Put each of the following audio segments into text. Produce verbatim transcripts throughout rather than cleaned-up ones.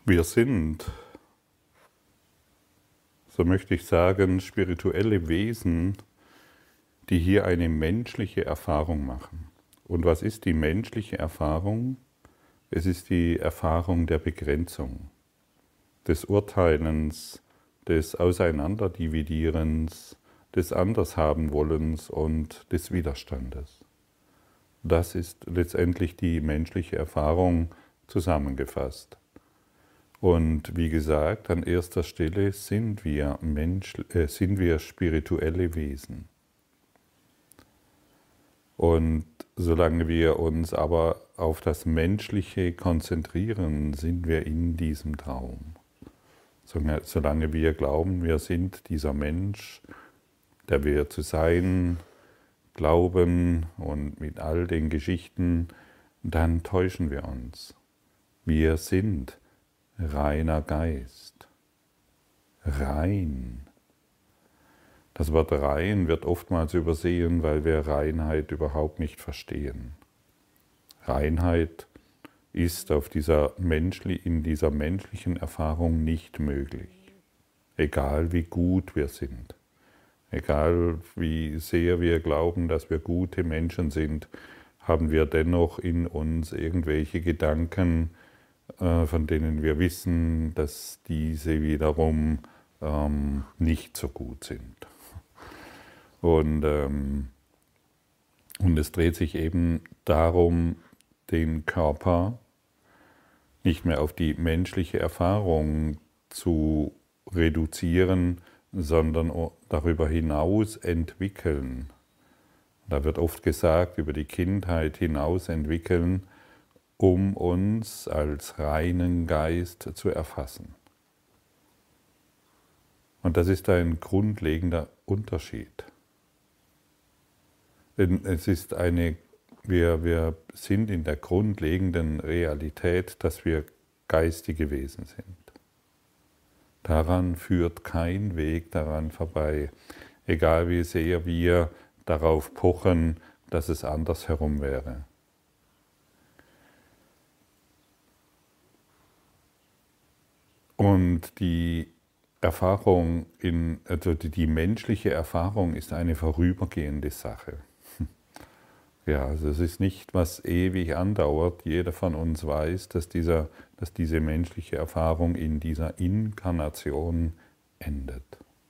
Wir sind, so möchte ich sagen, spirituelle Wesen, die hier eine menschliche Erfahrung machen. Und was ist die menschliche Erfahrung? Es ist die Erfahrung der Begrenzung, des Urteilens, des Auseinanderdividierens, des Andershabenwollens und des Widerstandes. Das ist letztendlich die menschliche Erfahrung zusammengefasst. Und wie gesagt, an erster Stelle sind wir, Mensch, äh, sind wir spirituelle Wesen. Und solange wir uns aber auf das Menschliche konzentrieren, sind wir in diesem Traum. Solange wir glauben, wir sind dieser Mensch, der wir zu sein glauben und mit all den Geschichten, dann täuschen wir uns. Wir sind reiner Geist. Rein. Das Wort rein wird oftmals übersehen, weil wir Reinheit überhaupt nicht verstehen. Reinheit ist auf dieser Menschli, in dieser menschlichen Erfahrung nicht möglich. Egal wie gut wir sind, egal wie sehr wir glauben, dass wir gute Menschen sind, haben wir dennoch in uns irgendwelche Gedanken, von denen wir wissen, dass diese wiederum ähm, nicht so gut sind. Und, ähm, und es dreht sich eben darum, den Körper nicht mehr auf die menschliche Erfahrung zu reduzieren, sondern darüber hinaus entwickeln. Da wird oft gesagt, über die Kindheit hinaus entwickeln, um uns als reinen Geist zu erfassen. Und das ist ein grundlegender Unterschied. Denn es ist eine, wir, wir sind in der grundlegenden Realität, dass wir geistige Wesen sind. Daran führt kein Weg daran vorbei, egal wie sehr wir darauf pochen, dass es andersherum wäre. Und die Erfahrung, in, also die, die menschliche Erfahrung ist eine vorübergehende Sache. Ja, also es ist nicht, was ewig andauert. Jeder von uns weiß, dass, dieser, dass diese menschliche Erfahrung in dieser Inkarnation endet.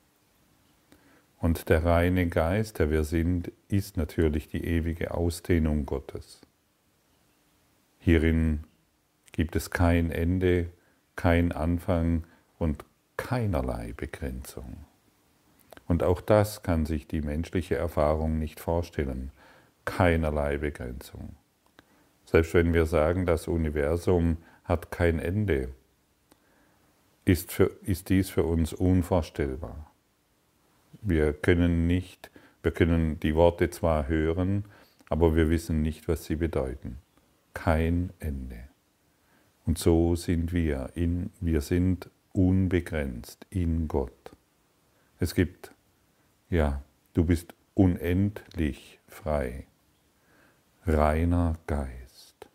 Und der reine Geist, der wir sind, ist natürlich die ewige Ausdehnung Gottes. Hierin gibt es kein Ende, kein Anfang und keinerlei Begrenzung. Und auch das kann sich die menschliche Erfahrung nicht vorstellen. Keinerlei Begrenzung. Selbst wenn wir sagen, das Universum hat kein Ende, ist, für, ist dies für uns unvorstellbar. Wir können nicht, wir können die Worte zwar hören, aber wir wissen nicht, was sie bedeuten. Kein Ende. Und so sind wir. In, wir sind unbegrenzt in Gott. Es gibt, ja, du bist unendlich frei. Reiner Geist.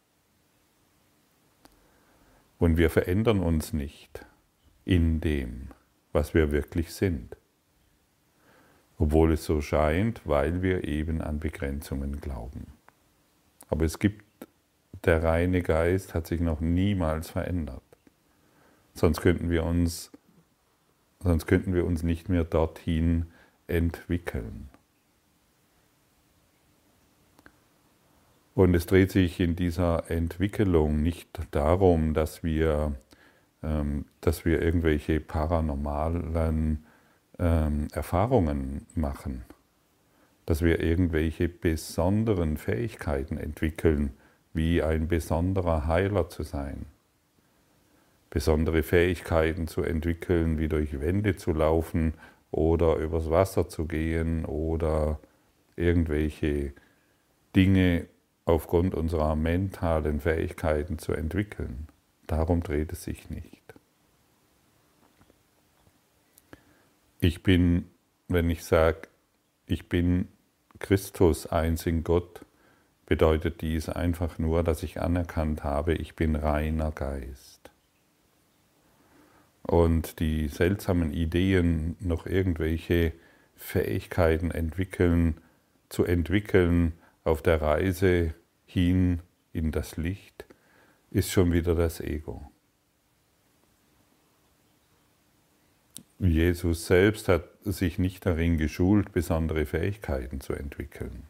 Und wir verändern uns nicht in dem, was wir wirklich sind. Obwohl es so scheint, weil wir eben an Begrenzungen glauben. Aber es gibt, der reine Geist hat sich noch niemals verändert. Sonst könnten wir uns, sonst könnten wir uns nicht mehr dorthin entwickeln. Und es dreht sich in dieser Entwicklung nicht darum, dass wir, ähm, dass wir irgendwelche paranormalen ähm, Erfahrungen machen, dass wir irgendwelche besonderen Fähigkeiten entwickeln, wie ein besonderer Heiler zu sein, besondere Fähigkeiten zu entwickeln, wie durch Wände zu laufen oder übers Wasser zu gehen oder irgendwelche Dinge aufgrund unserer mentalen Fähigkeiten zu entwickeln. Darum dreht es sich nicht. Ich bin, wenn ich sage, ich bin Christus, eins in Gott, bedeutet dies einfach nur, dass ich anerkannt habe, ich bin reiner Geist. und die seltsamen Ideen, noch irgendwelche Fähigkeiten entwickeln, zu entwickeln auf der Reise hin in das Licht, ist schon wieder das Ego. Jesus selbst hat sich nicht darin geschult, besondere Fähigkeiten zu entwickeln,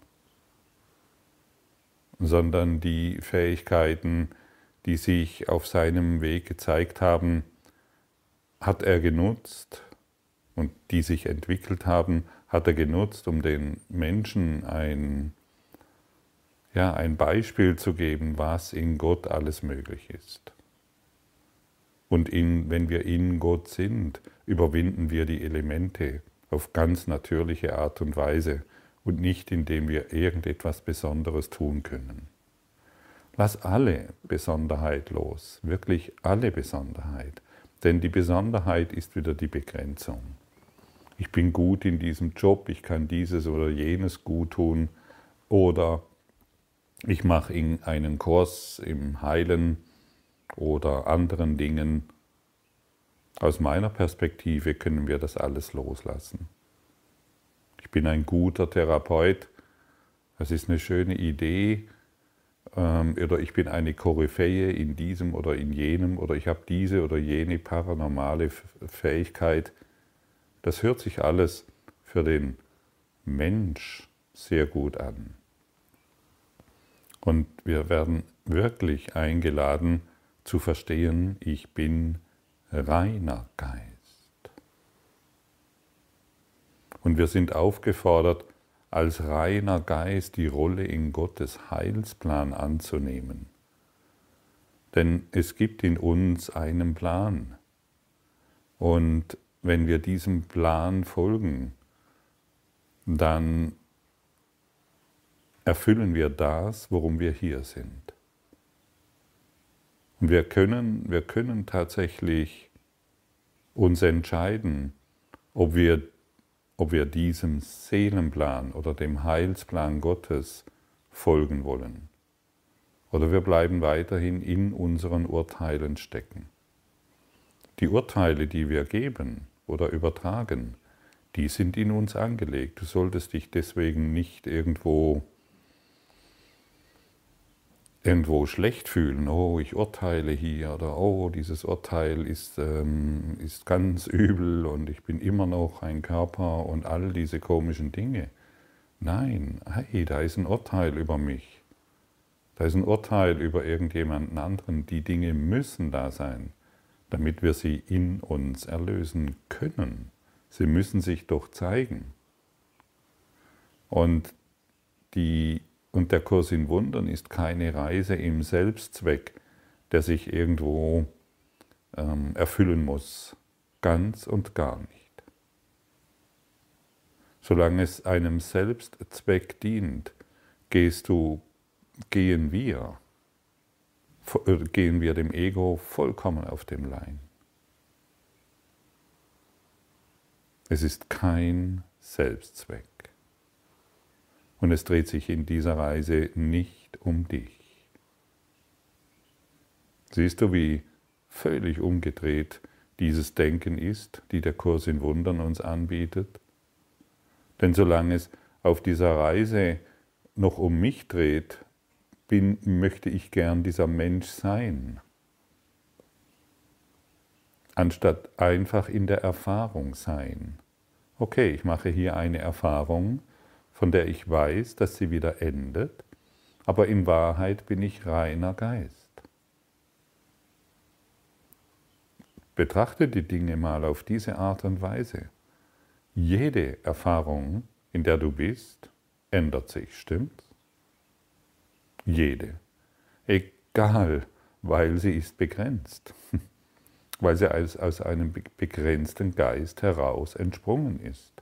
sondern die Fähigkeiten, die sich auf seinem Weg gezeigt haben, hat er genutzt und die sich entwickelt haben, hat er genutzt, um den Menschen ein, ja, ein Beispiel zu geben, was in Gott alles möglich ist. Und in, wenn wir in Gott sind, überwinden wir die Elemente auf ganz natürliche Art und Weise und nicht, indem wir irgendetwas Besonderes tun können. Lass alle Besonderheit los, wirklich alle Besonderheit, denn die Besonderheit ist wieder die Begrenzung. Ich bin gut in diesem Job, ich kann dieses oder jenes gut tun oder ich mache einen Kurs im Heilen oder anderen Dingen. Aus meiner Perspektive können wir das alles loslassen. Ich bin ein guter Therapeut, das ist eine schöne Idee, ähm, oder ich bin eine Koryphäe in diesem oder in jenem, oder ich habe diese oder jene paranormale Fähigkeit. Das hört sich alles für den Mensch sehr gut an. Und wir werden wirklich eingeladen zu verstehen, ich bin reiner Geist. Und wir sind aufgefordert, als reiner Geist die Rolle in Gottes Heilsplan anzunehmen. Denn es gibt in uns einen Plan. Und wenn wir diesem Plan folgen, dann erfüllen wir das, worum wir hier sind. Und wir können, wir können tatsächlich uns entscheiden, ob wir, ob wir diesem Seelenplan oder dem Heilsplan Gottes folgen wollen. Oder wir bleiben weiterhin in unseren Urteilen stecken. Die Urteile, die wir geben oder übertragen, die sind in uns angelegt. Du solltest dich deswegen nicht irgendwo irgendwo schlecht fühlen, oh, ich urteile hier, oder oh, dieses Urteil ist, ähm, ist ganz übel und ich bin immer noch ein Körper und all diese komischen Dinge. Nein, hey, da ist ein Urteil über mich. Da ist ein Urteil über irgendjemanden anderen. Die Dinge müssen da sein, damit wir sie in uns erlösen können. Sie müssen sich doch zeigen. Und die Und der Kurs in Wundern ist keine Reise im Selbstzweck, der sich irgendwo ähm, erfüllen muss. Ganz und gar nicht. Solange es einem Selbstzweck dient, gehst du, gehen wir, gehen wir dem Ego vollkommen auf den Leim. Es ist kein Selbstzweck. Und es dreht sich in dieser Reise nicht um dich. Siehst du, wie völlig umgedreht dieses Denken ist, die der Kurs in Wundern uns anbietet? Denn solange es auf dieser Reise noch um mich dreht, bin, möchte ich gern dieser Mensch sein, anstatt einfach in der Erfahrung sein. Okay, ich mache hier eine Erfahrung, von der ich weiß, dass sie wieder endet, aber in Wahrheit bin ich reiner Geist. Betrachte die Dinge mal auf diese Art und Weise. Jede Erfahrung, in der du bist, ändert sich, stimmt's? Jede. Egal, weil sie ist begrenzt. Weil sie aus, aus einem begrenzten Geist heraus entsprungen ist.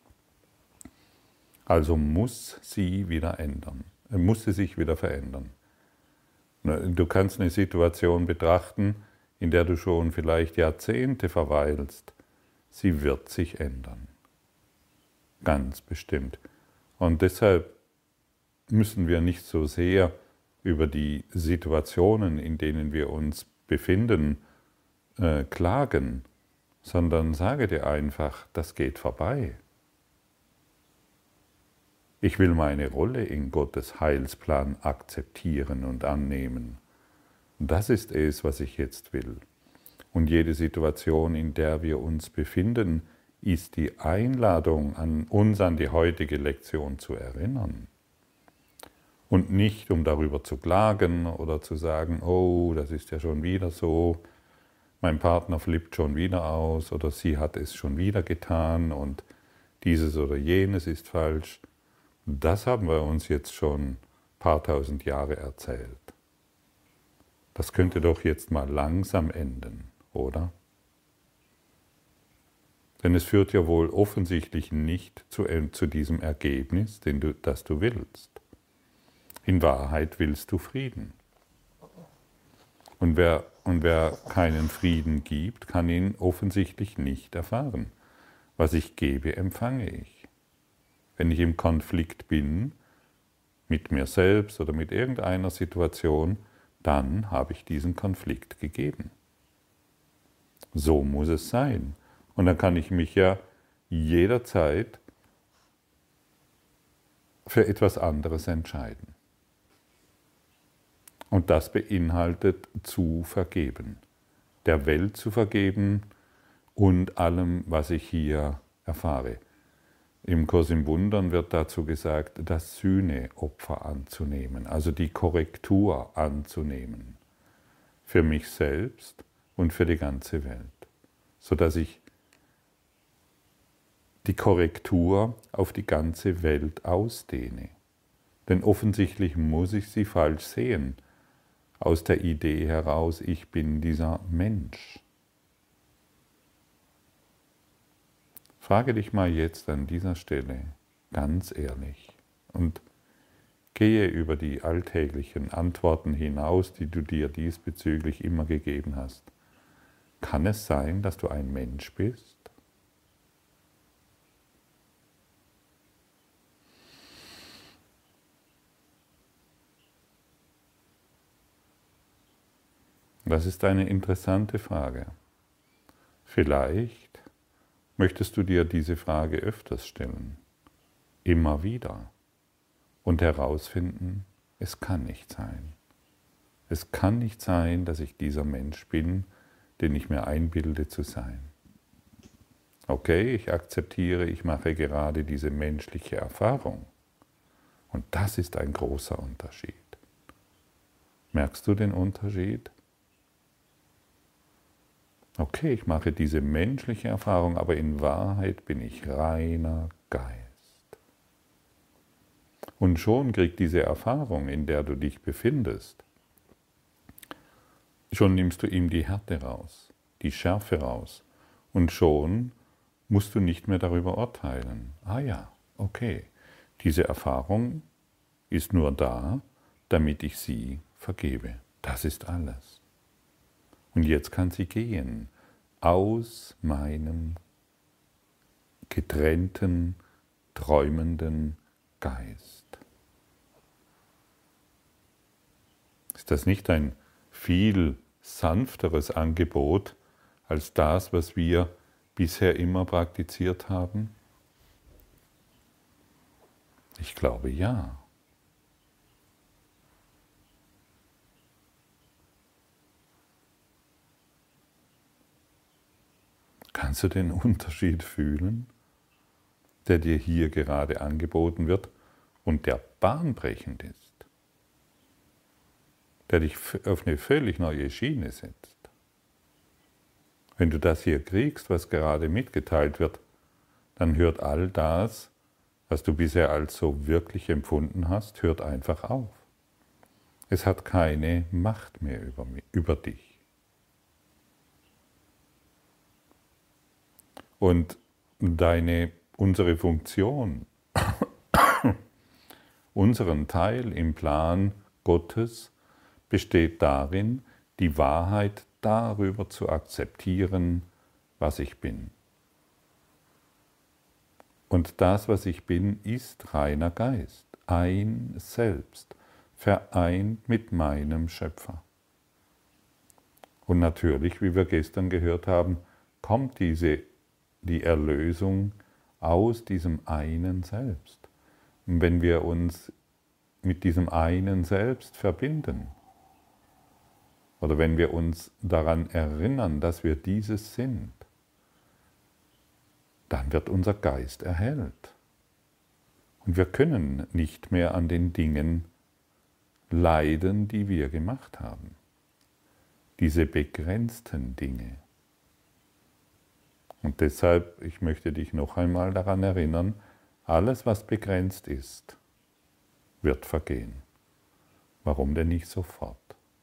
Also muss sie wieder ändern, muss sie sich wieder verändern. Du kannst eine Situation betrachten, in der du schon vielleicht Jahrzehnte verweilst. Sie wird sich ändern. Ganz bestimmt. Und deshalb müssen wir nicht so sehr über die Situationen, in denen wir uns befinden, äh, klagen, sondern sage dir einfach, das geht vorbei. Ich will meine Rolle in Gottes Heilsplan akzeptieren und annehmen. Das ist es, was ich jetzt will. Und jede Situation, in der wir uns befinden, ist die Einladung an uns, an die heutige Lektion zu erinnern. Und nicht, um darüber zu klagen oder zu sagen, oh, das ist ja schon wieder so, mein Partner flippt schon wieder aus oder sie hat es schon wieder getan und dieses oder jenes ist falsch. Das haben wir uns jetzt schon ein paar tausend Jahre erzählt. Das könnte doch jetzt mal langsam enden, oder? Denn es führt ja wohl offensichtlich nicht zu, zu diesem Ergebnis, den du, das du willst. In Wahrheit willst du Frieden. Und wer, und wer keinen Frieden gibt, kann ihn offensichtlich nicht erfahren. Was ich gebe, empfange ich. Wenn ich im Konflikt bin, mit mir selbst oder mit irgendeiner Situation, dann habe ich diesen Konflikt gegeben. So muss es sein. Und dann kann ich mich ja jederzeit für etwas anderes entscheiden. Und das beinhaltet zu vergeben. Der Welt zu vergeben und allem, was ich hier erfahre. Im Kurs im Wundern wird dazu gesagt, das Sühneopfer anzunehmen, also die Korrektur anzunehmen. Für mich selbst und für die ganze Welt. Sodass ich die Korrektur auf die ganze Welt ausdehne. Denn offensichtlich muss ich sie falsch sehen, aus der Idee heraus, ich bin dieser Mensch. Frage dich mal jetzt an dieser Stelle ganz ehrlich und gehe über die alltäglichen Antworten hinaus, die du dir diesbezüglich immer gegeben hast. Kann es sein, dass du ein Mensch bist? Das ist eine interessante Frage. Vielleicht möchtest du dir diese Frage öfters stellen, immer wieder, und herausfinden, es kann nicht sein. Es kann nicht sein, dass ich dieser Mensch bin, den ich mir einbilde zu sein. Okay, ich akzeptiere, ich mache gerade diese menschliche Erfahrung. Und das ist ein großer Unterschied. Merkst du den Unterschied? Okay, ich mache diese menschliche Erfahrung, aber in Wahrheit bin ich reiner Geist. Und schon kriegt diese Erfahrung, in der du dich befindest, schon nimmst du ihm die Härte raus, die Schärfe raus. Und schon musst du nicht mehr darüber urteilen. Ah ja, okay, diese Erfahrung ist nur da, damit ich sie vergebe. Das ist alles. Und jetzt kann sie gehen aus meinem getrennten, träumenden Geist. Ist das nicht ein viel sanfteres Angebot als das, was wir bisher immer praktiziert haben? Ich glaube ja. Kannst du den Unterschied fühlen, der dir hier gerade angeboten wird und der bahnbrechend ist, der dich auf eine völlig neue Schiene setzt? Wenn du das hier kriegst, was gerade mitgeteilt wird, dann hört all das, was du bisher als so wirklich empfunden hast, hört einfach auf. Es hat keine Macht mehr über, über dich. Und deine, unsere Funktion, unseren Teil im Plan Gottes besteht darin, die Wahrheit darüber zu akzeptieren, was ich bin. Und das, was ich bin, ist reiner Geist, ein Selbst, vereint mit meinem Schöpfer. Und natürlich, wie wir gestern gehört haben, kommt diese, die Erlösung aus diesem einen Selbst. Und wenn wir uns mit diesem einen Selbst verbinden, oder wenn wir uns daran erinnern, dass wir dieses sind, dann wird unser Geist erhellt. Und wir können nicht mehr an den Dingen leiden, die wir gemacht haben. Diese begrenzten Dinge. Und deshalb, ich möchte dich noch einmal daran erinnern, alles, was begrenzt ist, wird vergehen. Warum denn nicht sofort?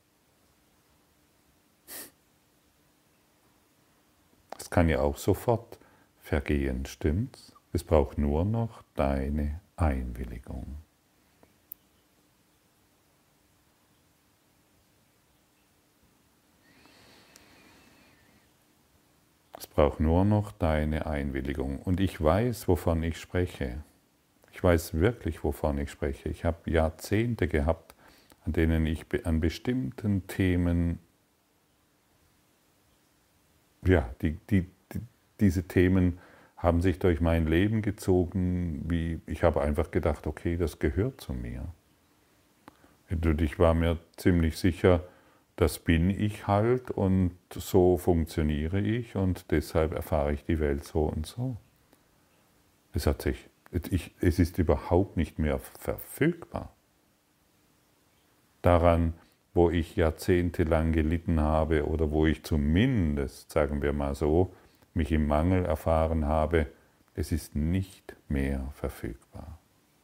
Es kann ja auch sofort vergehen, stimmt's? Es braucht nur noch deine Einwilligung. Es braucht nur noch deine Einwilligung. Und ich weiß, wovon ich spreche. Ich weiß wirklich, wovon ich spreche. Ich habe Jahrzehnte gehabt, an denen ich an bestimmten Themen, ja, die, die, die, diese Themen haben sich durch mein Leben gezogen, wie ich habe einfach gedacht, okay, das gehört zu mir. Und ich war mir ziemlich sicher, das bin ich halt und so funktioniere ich und deshalb erfahre ich die Welt so und so. Es hat sich, ich, es ist überhaupt nicht mehr verfügbar. Daran, wo ich jahrzehntelang gelitten habe oder wo ich zumindest, sagen wir mal so, mich im Mangel erfahren habe, es ist nicht mehr verfügbar.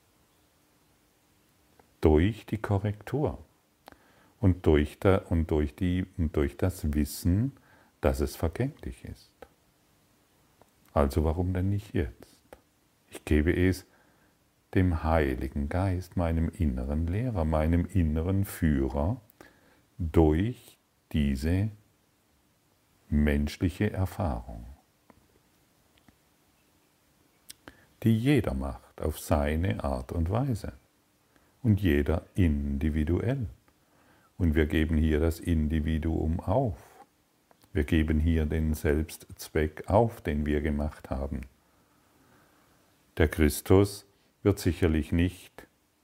Durch die Korrektur. Und durch, da, und, durch die, und durch das Wissen, dass es vergänglich ist. Also warum denn nicht jetzt? Ich gebe es dem Heiligen Geist, meinem inneren Lehrer, meinem inneren Führer, durch diese menschliche Erfahrung, die jeder macht auf seine Art und Weise und jeder individuell. Und wir geben hier das Individuum auf. Wir geben hier den Selbstzweck auf, den wir gemacht haben. Der Christus wird sicherlich nicht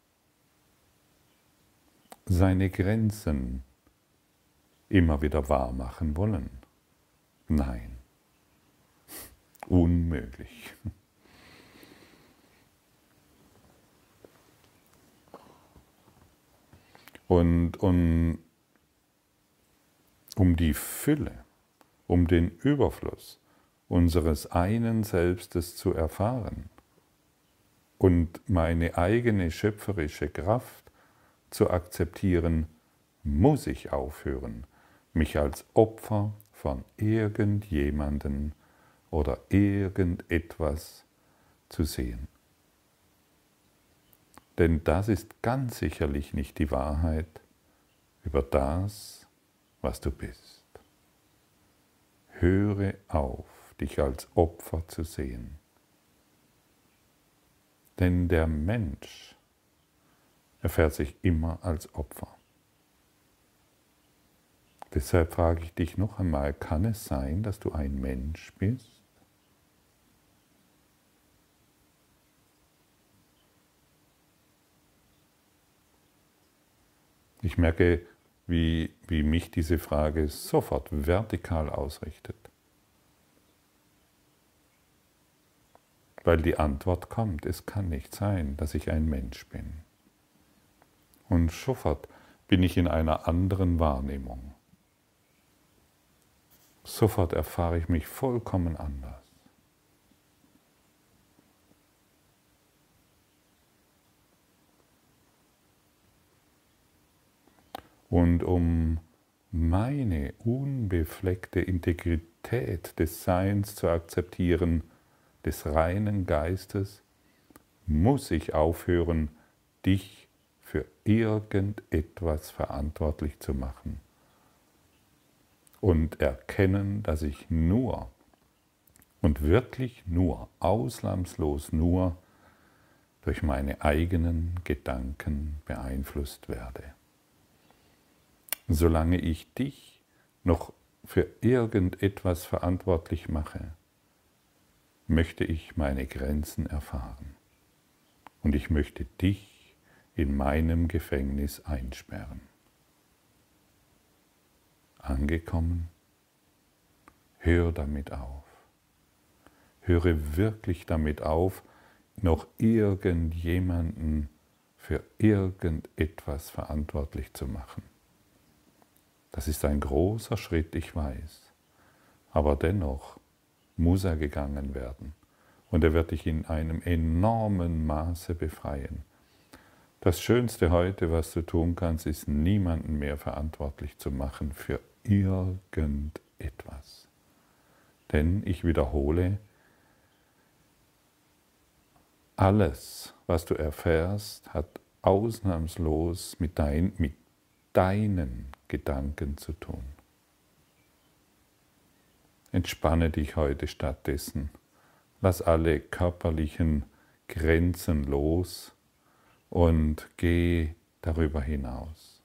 seine Grenzen immer wieder wahr machen wollen. Nein, unmöglich. Und, und um die Fülle, um den Überfluss unseres einen Selbstes zu erfahren und meine eigene schöpferische Kraft zu akzeptieren, muss ich aufhören, mich als Opfer von irgendjemandem oder irgendetwas zu sehen. Denn das ist ganz sicherlich nicht die Wahrheit über das, was du bist. Höre auf, dich als Opfer zu sehen. Denn der Mensch erfährt sich immer als Opfer. Deshalb frage ich dich noch einmal, kann es sein, dass du ein Mensch bist? Ich merke, wie, wie mich diese Frage sofort vertikal ausrichtet. Weil die Antwort kommt, es kann nicht sein, dass ich ein Mensch bin. Und sofort bin ich in einer anderen Wahrnehmung. Sofort erfahre ich mich vollkommen anders. Und um meine unbefleckte Integrität des Seins zu akzeptieren, des reinen Geistes, muss ich aufhören, dich für irgendetwas verantwortlich zu machen. Und erkennen, dass ich nur und wirklich nur, ausnahmslos nur, durch meine eigenen Gedanken beeinflusst werde. Solange ich dich noch für irgendetwas verantwortlich mache, möchte ich meine Grenzen erfahren. Und ich möchte dich in meinem Gefängnis einsperren. Angekommen? Hör damit auf. Höre wirklich damit auf, noch irgendjemanden für irgendetwas verantwortlich zu machen. Das ist ein großer Schritt, ich weiß, aber dennoch muss er gegangen werden und er wird dich in einem enormen Maße befreien. Das Schönste heute, was du tun kannst, ist, niemanden mehr verantwortlich zu machen für irgendetwas. Denn ich wiederhole, alles, was du erfährst, hat ausnahmslos mit, dein, mit deinen Gedanken zu tun. Entspanne dich heute stattdessen. Lass alle körperlichen Grenzen los und geh darüber hinaus.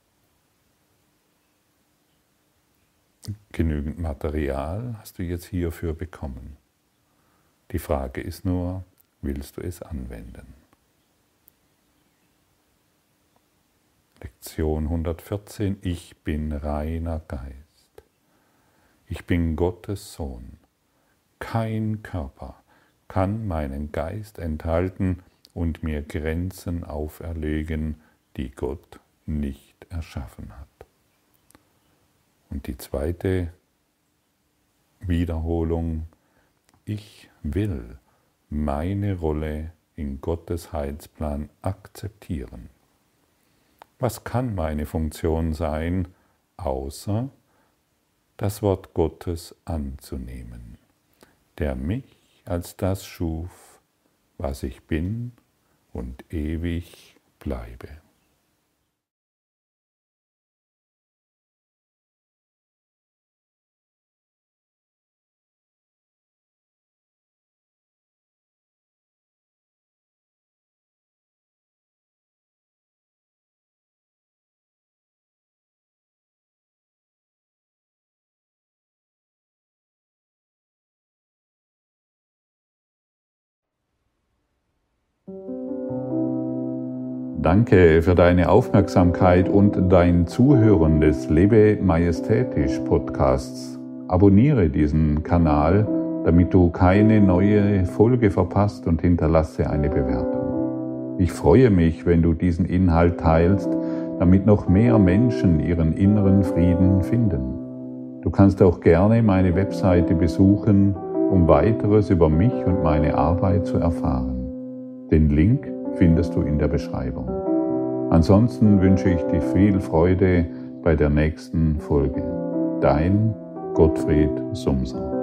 Genügend Material hast du jetzt hierfür bekommen. Die Frage ist nur, willst du es anwenden? Lektion hundertvierzehn. Ich bin reiner Geist. Ich bin Gottes Sohn. Kein Körper kann meinen Geist enthalten und mir Grenzen auferlegen, die Gott nicht erschaffen hat. Und die zweite Wiederholung. Ich will meine Rolle in Gottes Heilsplan akzeptieren. Was kann meine Funktion sein, außer das Wort Gottes anzunehmen, der mich als das schuf, was ich bin und ewig bleibe. Danke für deine Aufmerksamkeit und dein Zuhören des Lebe Majestätisch Podcasts. Abonniere diesen Kanal, damit du keine neue Folge verpasst, und hinterlasse eine Bewertung. Ich freue mich, wenn du diesen Inhalt teilst, damit noch mehr Menschen ihren inneren Frieden finden. Du kannst auch gerne meine Webseite besuchen, um weiteres über mich und meine Arbeit zu erfahren. Den Link findest du in der Beschreibung. Ansonsten wünsche ich dir viel Freude bei der nächsten Folge. Dein Gottfried Sumser.